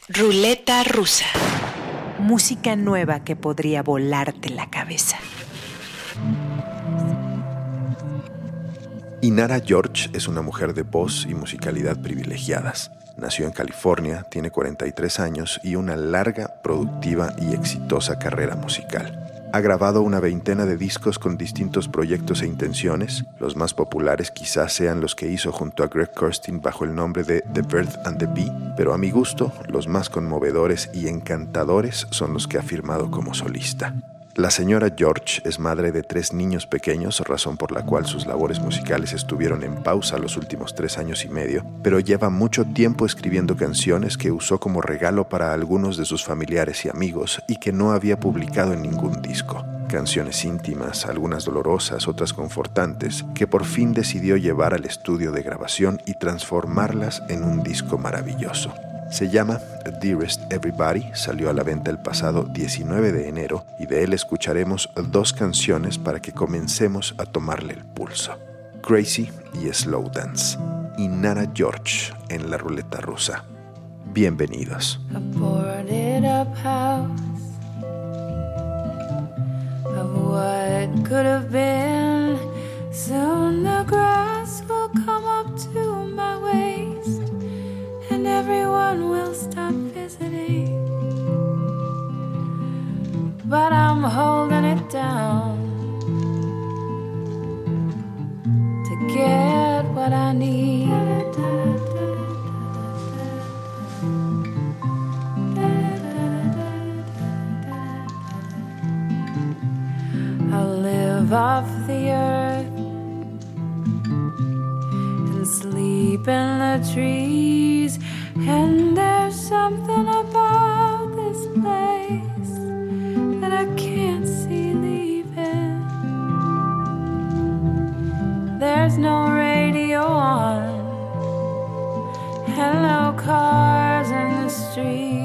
Ruleta rusa. Música nueva que podría volarte la cabeza. Inara George es una mujer de voz y musicalidad privilegiadas. Nació en California, tiene 43 años y una larga, productiva y exitosa carrera musical. Ha grabado una veintena de discos con distintos proyectos e intenciones. Los más populares quizás sean los que hizo junto a Greg Kurstin bajo el nombre de The Bird and the Bee, pero a mi gusto, los más conmovedores y encantadores son los que ha firmado como solista. La señora George es madre de 3 niños pequeños, razón por la cual sus labores musicales estuvieron en pausa los últimos 3 años y medio, pero lleva mucho tiempo escribiendo canciones que usó como regalo para algunos de sus familiares y amigos y que no había publicado en ningún disco. Canciones íntimas, algunas dolorosas, otras confortantes, que por fin decidió llevar al estudio de grabación y transformarlas en un disco maravilloso. Se llama Dearest Everybody, salió a la venta el pasado 19 de enero y de él escucharemos 2 canciones para que comencemos a tomarle el pulso. Crazy y Slow Dance. Inara George en la ruleta rusa. Bienvenidos. A boarded up house of what could have been. Soon the grass will come up to my waist and everyone will stop visiting, but I'm holding it down to get what I need. I live off the earth and sleep in the trees, and there's something about this place that I can't see leaving. There's no radio on and no cars in the street.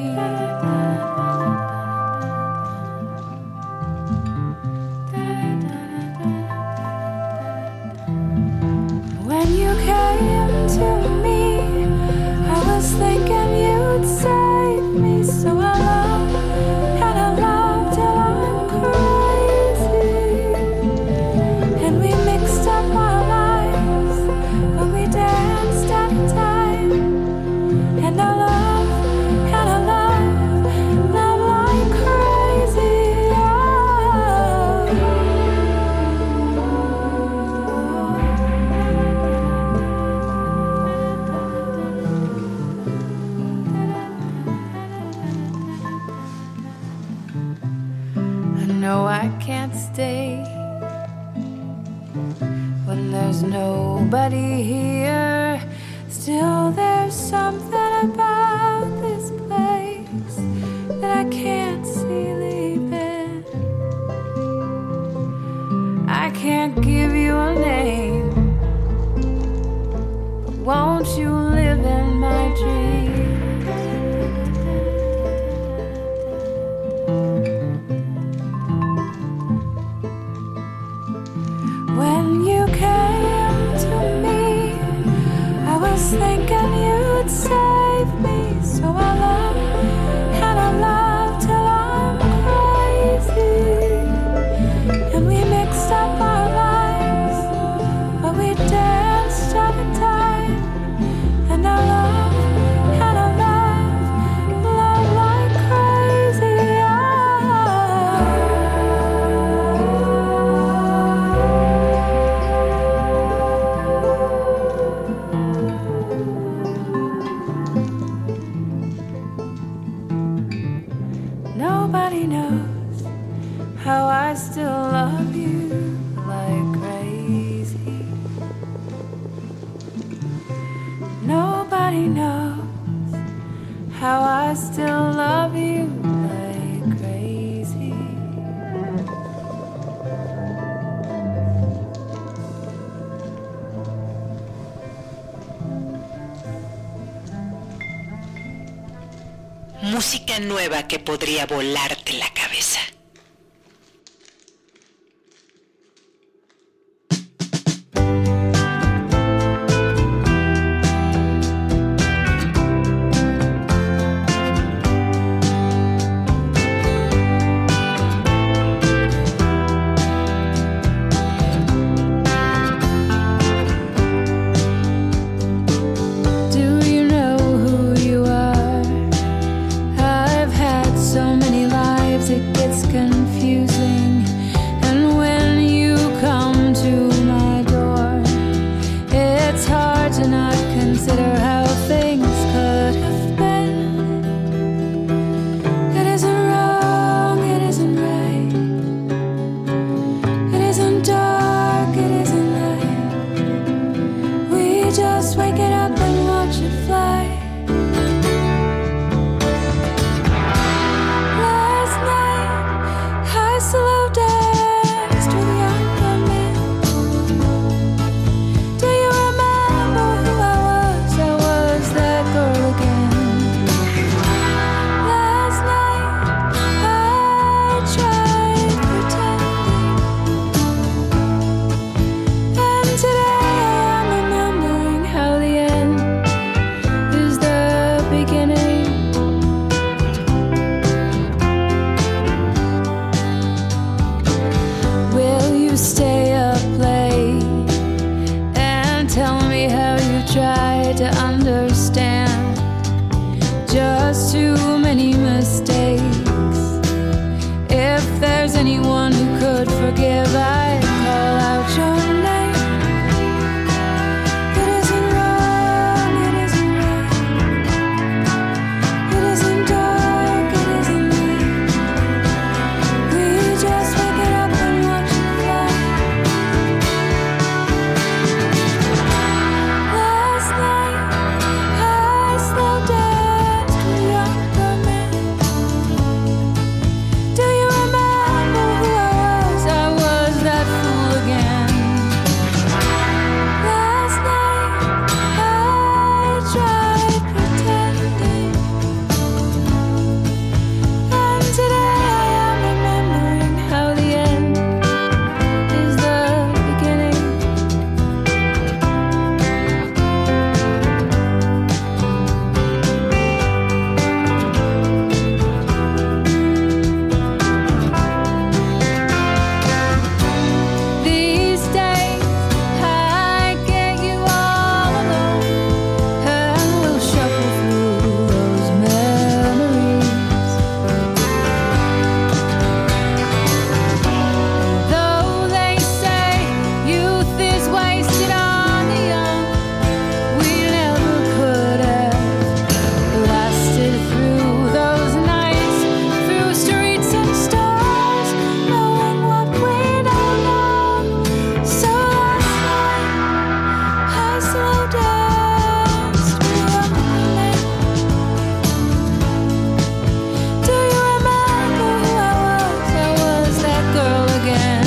When you came to me, I was thinking you'd save me, so I love and I love till I'm crazy. And we mixed up our lives, but we danced at a time. And I love and I love like crazy. No, I can't stay when there's nobody here. Still, there's something about this place that I can't see leaving. I can't give you a name, but won't you live in my dreams? When you came to me, I was thinking you'd save me, so I love and I love till I'm crazy. And we mixed up our lives, but we danced at a time. And I love and I love like crazy. Nobody knows how I still love you like crazy. Nobody knows how I still love you like crazy. Música nueva que podría volarte la cabeza. caused too many mistakes. If there's anyone who could forgive, I'd call out your name. It isn't wrong, it isn't right. It isn't dark, it isn't light. We just wake it up and watch it fly. Last night I slow danced with younger men. Do you remember who I was? I was that fool again. Last night I tried pretending, and today I am remembering how the end is the beginning. These days I get you all alone, and we'll shuffle through those memories. Though they say youth is wasted on the young, we never could have lasted through those nights, through streets and stars, knowing what we don't know. So last night I slow danced with younger men. Do you remember who I was? I was that girl again.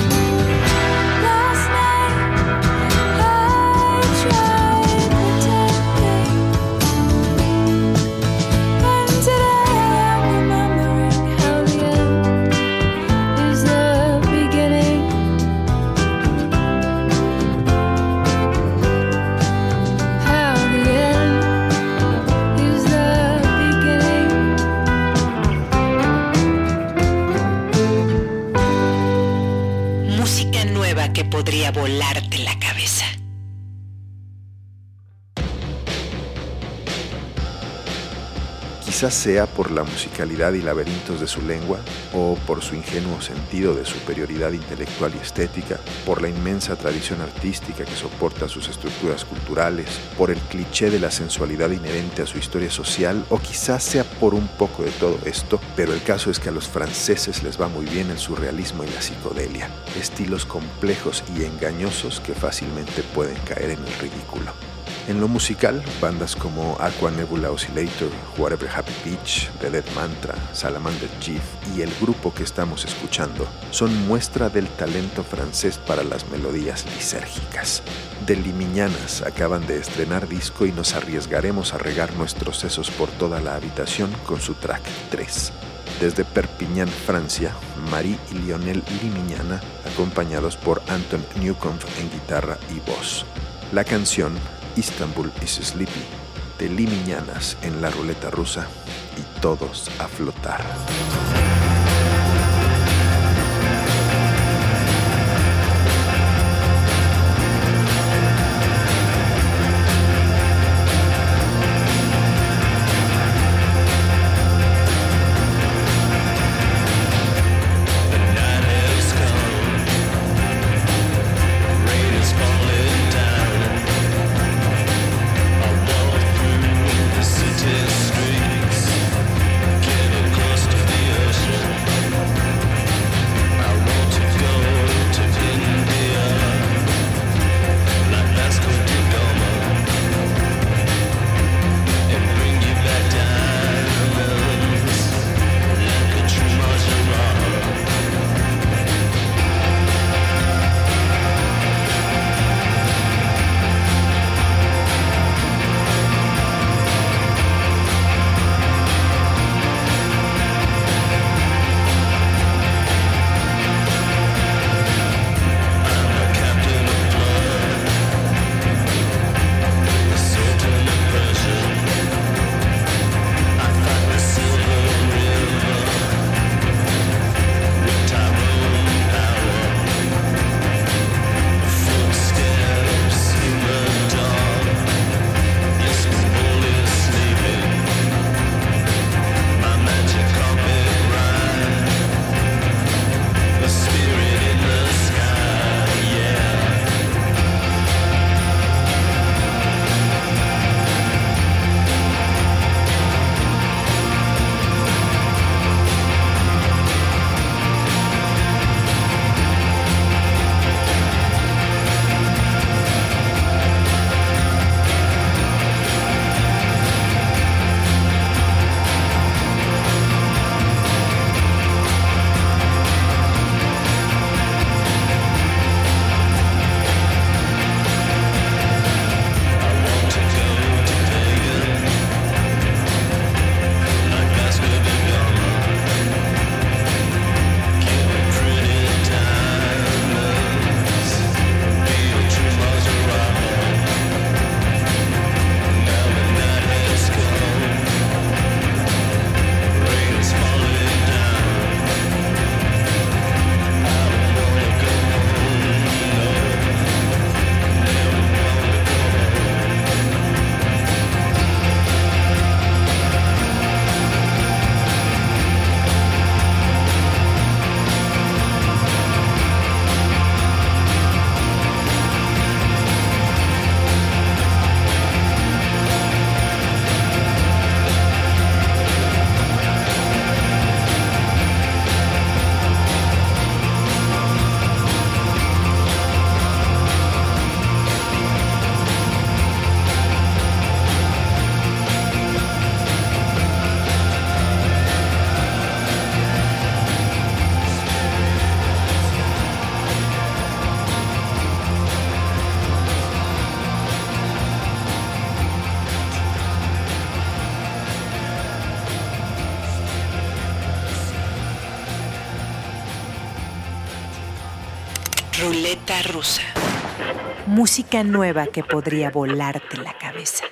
Last night I tried pretending, and today I am remembering how the end is the beginning. How the end is the beginning. Música nueva que podría volarte la cabeza. Quizás sea por la musicalidad y laberintos de su lengua, o por su ingenuo sentido de superioridad intelectual y estética, por la inmensa tradición artística que soporta sus estructuras culturales, por el cliché de la sensualidad inherente a su historia social, o quizás sea por un poco de todo esto, pero el caso es que a los franceses les va muy bien el surrealismo y la psicodelia, estilos complejos y engañosos que fácilmente pueden caer en el ridículo. En lo musical, bandas como Aqua Nebula Oscillator, Whatever Happy Beach, The Dead Mantra, Salamander Chief y el grupo que estamos escuchando son muestra del talento francés para las melodías lisérgicas. De Limiñanas acaban de estrenar disco y nos arriesgaremos a regar nuestros sesos por toda la habitación con su track 3. Desde Perpiñán, Francia, Marie y Lionel Limiñana, acompañados por Anton Newcomb en guitarra y voz. La canción Istanbul is Sleepy, de Limiñanas en la ruleta rusa, y todos a flotar. Streets, get across to the ocean. Ruleta rusa. Música nueva que podría volarte la cabeza.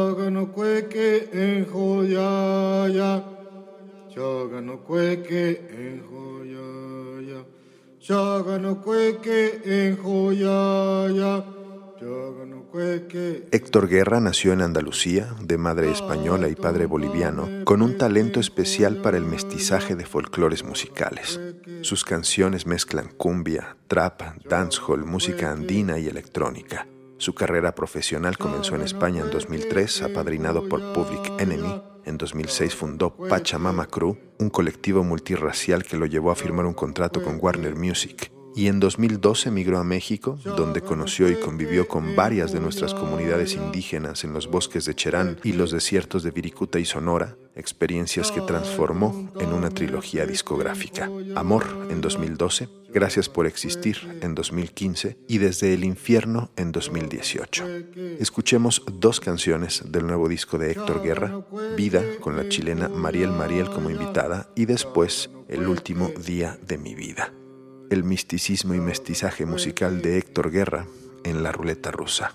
Héctor Guerra nació en Andalucía, de madre española y padre boliviano, con un talento especial para el mestizaje de folclores musicales. Sus canciones mezclan cumbia, trap, dancehall, música andina y electrónica. Su carrera profesional comenzó en España en 2003, apadrinado por Public Enemy. En 2006 fundó Pachamama Crew, un colectivo multirracial que lo llevó a firmar un contrato con Warner Music. Y en 2012 migró a México, donde conoció y convivió con varias de nuestras comunidades indígenas en los bosques de Cherán y los desiertos de Viricuta y Sonora, experiencias que transformó en una trilogía discográfica. Amor en 2012, Gracias por existir en 2015 y Desde el infierno en 2018. Escuchemos 2 canciones del nuevo disco de Héctor Guerra, Vida con la chilena Mariel como invitada y después El último día de mi vida. El misticismo y mestizaje musical de Héctor Guerra en la ruleta rusa.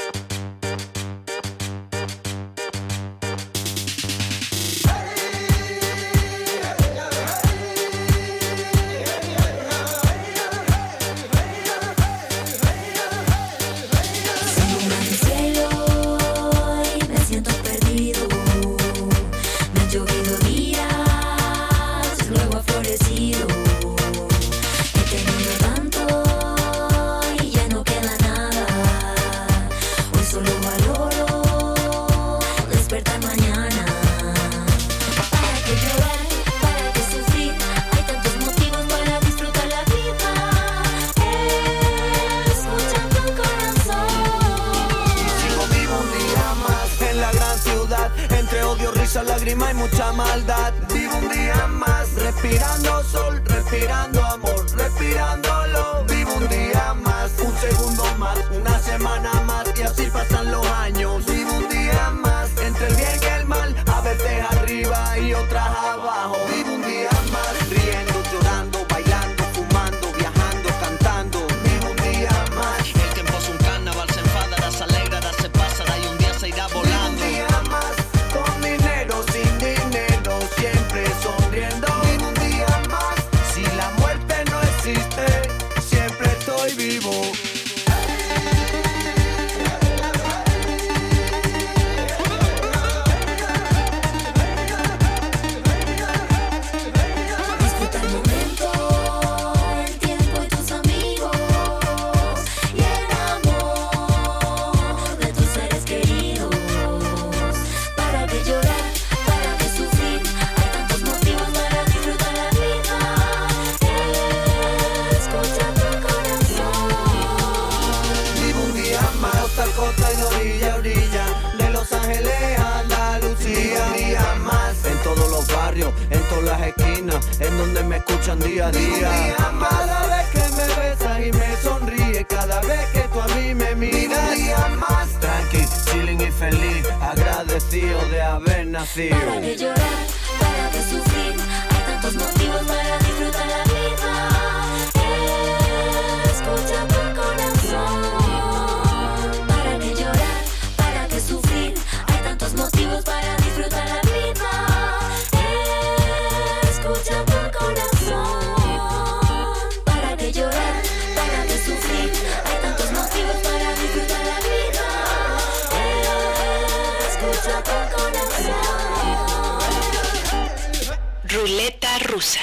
Lágrima y mucha maldad. Vivo un día más, respirando sol, respirando amor, respirándolo. Vivo un día más, un segundo más, una semana más y así pasan los años. Vivo un día más, entre el bien y el mal, a veces arriba y otras abajo. Vivo un día más, riendo, llorando, bailando, fumando, viajando, cantando. Vivo un día más. El tiempo es un carnaval, se enfadará, se alegrará, se pasará y un día se irá volando. Vivo un día más. Sin dinero, siempre sonriendo. Vivo un día más. Si la muerte no existe, siempre estoy vivo. Disfruta el momento, el tiempo y tus amigos y el amor de tus seres queridos. ¿Para qué llorar? Costa y de orilla a orilla, de Los Ángeles a Andalucía. Un día más, en todos los barrios, en todas las esquinas, en donde me escuchan día a día. Un día más, cada vez que me besas y me sonríes, cada vez que tú a mí me miras. Un día más, tranqui, chilling y feliz, agradecido de haber nacido. ¿Para qué llorar? ¿Para qué sufrir? Hay tantos motivos para disfrutar la vida. Escucha tu corazón. Motivos para disfrutar la vida. Escucha tu corazón. ¿Para qué llorar? ¿Para qué sufrir? Hay tantos motivos para disfrutar la vida. Escucha tu corazón. Ruleta rusa.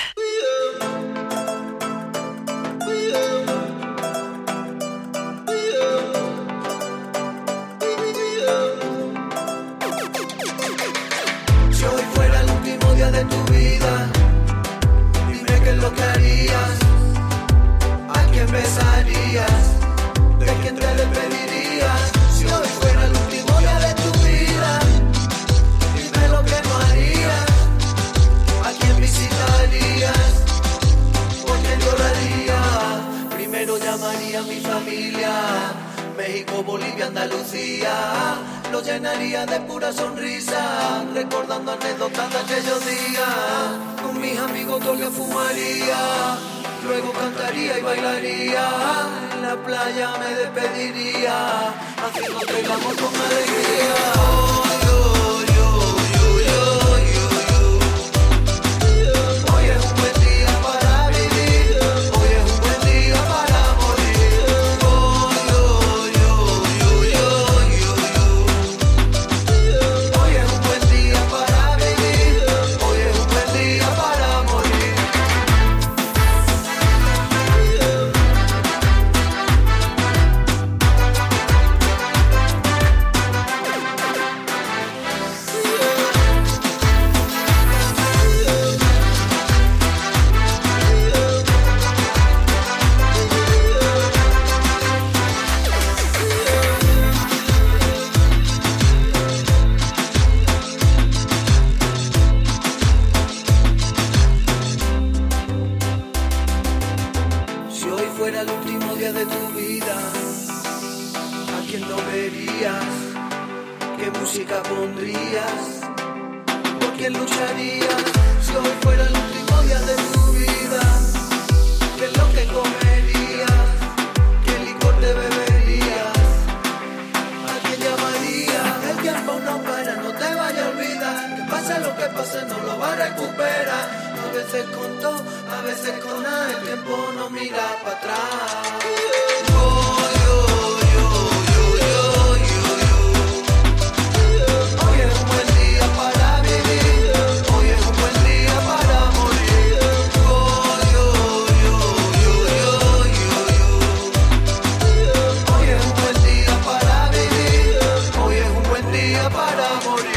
De tu vida, dime qué es lo que harías, a quién besarías, de quién te despedirías. Si hoy fuera el último día de tu vida, dime lo que no harías, a quién visitarías, porque lloraría. Primero llamaría a mi familia, México, Bolivia, Andalucía. Lo llenaría de pura sonrisa, recordando anécdotas de aquellos días. Con mis amigos todo que fumaría luego cantaría y bailaría, en la playa me despediría, haciéndote el amor con alegría. Hoy es un buen día para vivir, hoy es un buen día para morir. Hoy es un buen día para vivir, hoy es un buen día para morir. Si hoy fuera el último día de tu vida, ¿a quién no verías? ¿Qué música pondrías? ¿Por quién lucharías? Si hoy fuera el último día de tu vida, ¿qué es lo que comerías? ¿Qué licor te beberías? ¿A quién llamarías? El tiempo no para, no te vaya a olvidar, que pase lo que pase no lo va a recuperar. A veces con todo, a veces con nada, el tiempo no mira para atrás. Hoy es un buen día para vivir, hoy es un buen día para morir. Hoy es un buen día para vivir, hoy es un buen día para morir.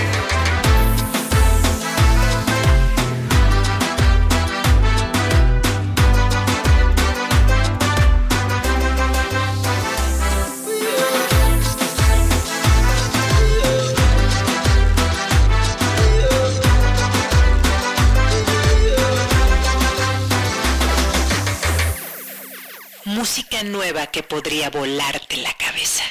Música nueva que podría volarte la cabeza.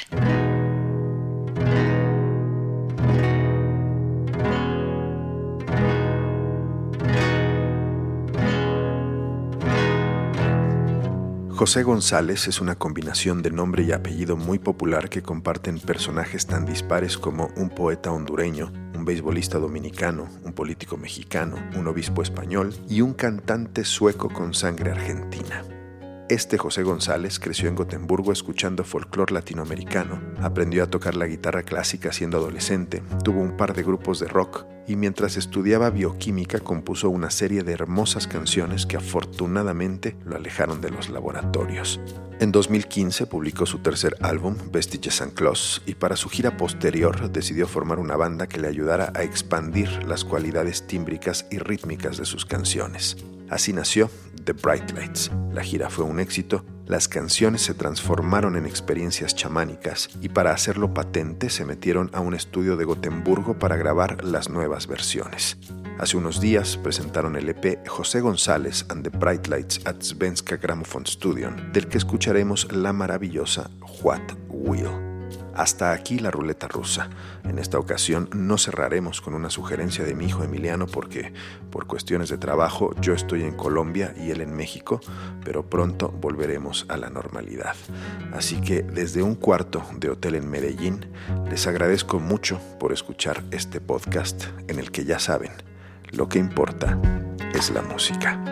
José González es una combinación de nombre y apellido muy popular que comparten personajes tan dispares como un poeta hondureño, un beisbolista dominicano, un político mexicano, un obispo español y un cantante sueco con sangre argentina. Este José González creció en Gotemburgo escuchando folclore latinoamericano, aprendió a tocar la guitarra clásica siendo adolescente, tuvo un par de grupos de rock y mientras estudiaba bioquímica compuso una serie de hermosas canciones que afortunadamente lo alejaron de los laboratorios. En 2015 publicó su tercer álbum, Vestiges and Claws, y para su gira posterior decidió formar una banda que le ayudara a expandir las cualidades tímbricas y rítmicas de sus canciones. Así nació The Bright Lights. La gira fue un éxito, las canciones se transformaron en experiencias chamánicas y para hacerlo patente se metieron a un estudio de Gotemburgo para grabar las nuevas versiones. Hace unos días presentaron el EP José González and the Bright Lights at Svenska Grammofonstudion, del que escucharemos la maravillosa What Will. Hasta aquí la ruleta rusa. En esta ocasión no cerraremos con una sugerencia de mi hijo Emiliano porque, por cuestiones de trabajo, yo estoy en Colombia y él en México, pero pronto volveremos a la normalidad. Así que desde un cuarto de hotel en Medellín, les agradezco mucho por escuchar este podcast en el que ya saben, lo que importa es la música.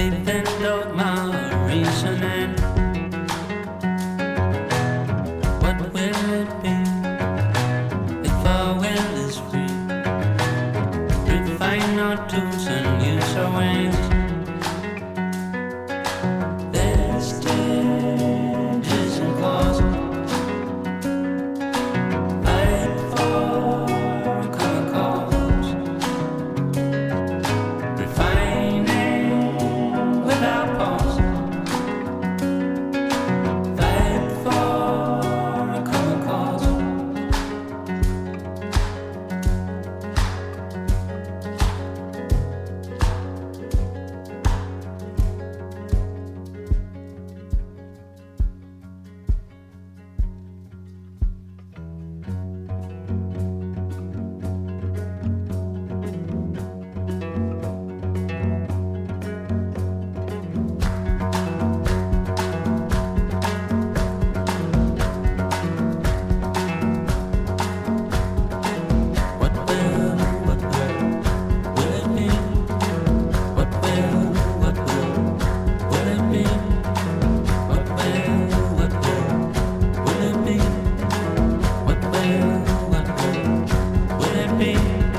They've been dogma reasoning. What will it be if our will is free? Refine our tools and use our wings. There's stages and claws. Fight for common cause. Refining without pause. Fight for a common cause. What will it be? What will it be? What will it be? What will it be?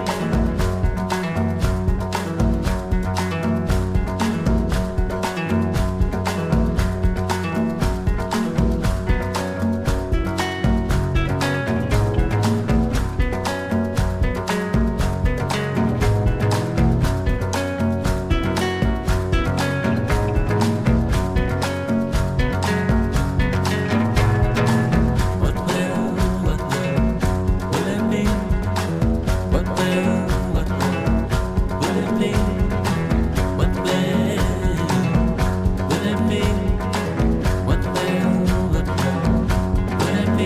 What will it be? What will it be? What will it be? What will it be?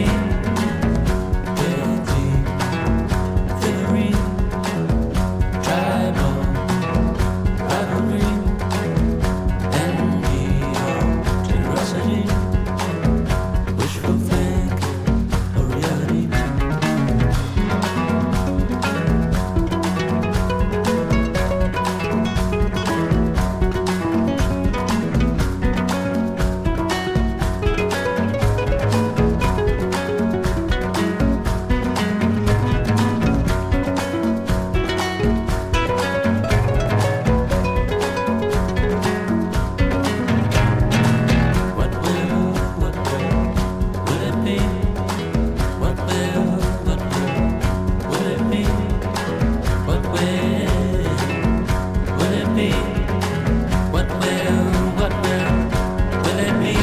Guilty theory, tribal rivalry, envy or generosity, wishful thinking or reality. What will it be? What will it be? What will it be? What will it be?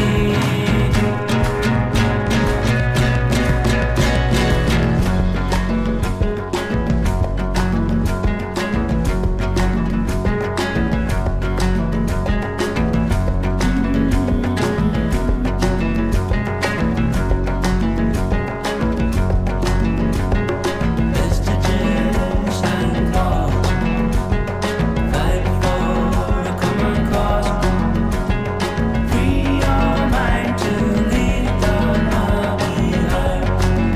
Vestiges and laws, fight for a common cause. Free your mind to leave dogma behind.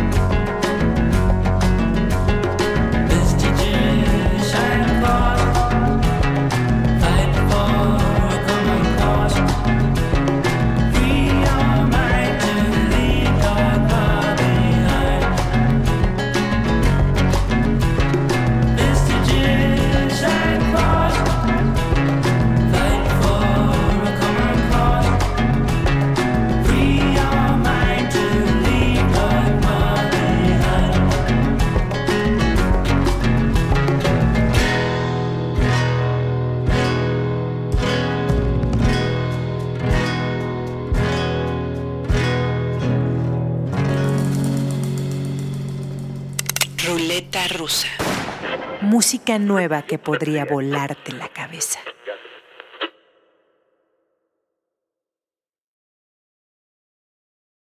Vestiges and laws, fight for a common cause. Free your mind to leave dogma behind. Vestiges and claws, fight for a common cause. Free your mind to leave dogma behind. Ruleta rusa. Música nueva que podría volarte la cabeza.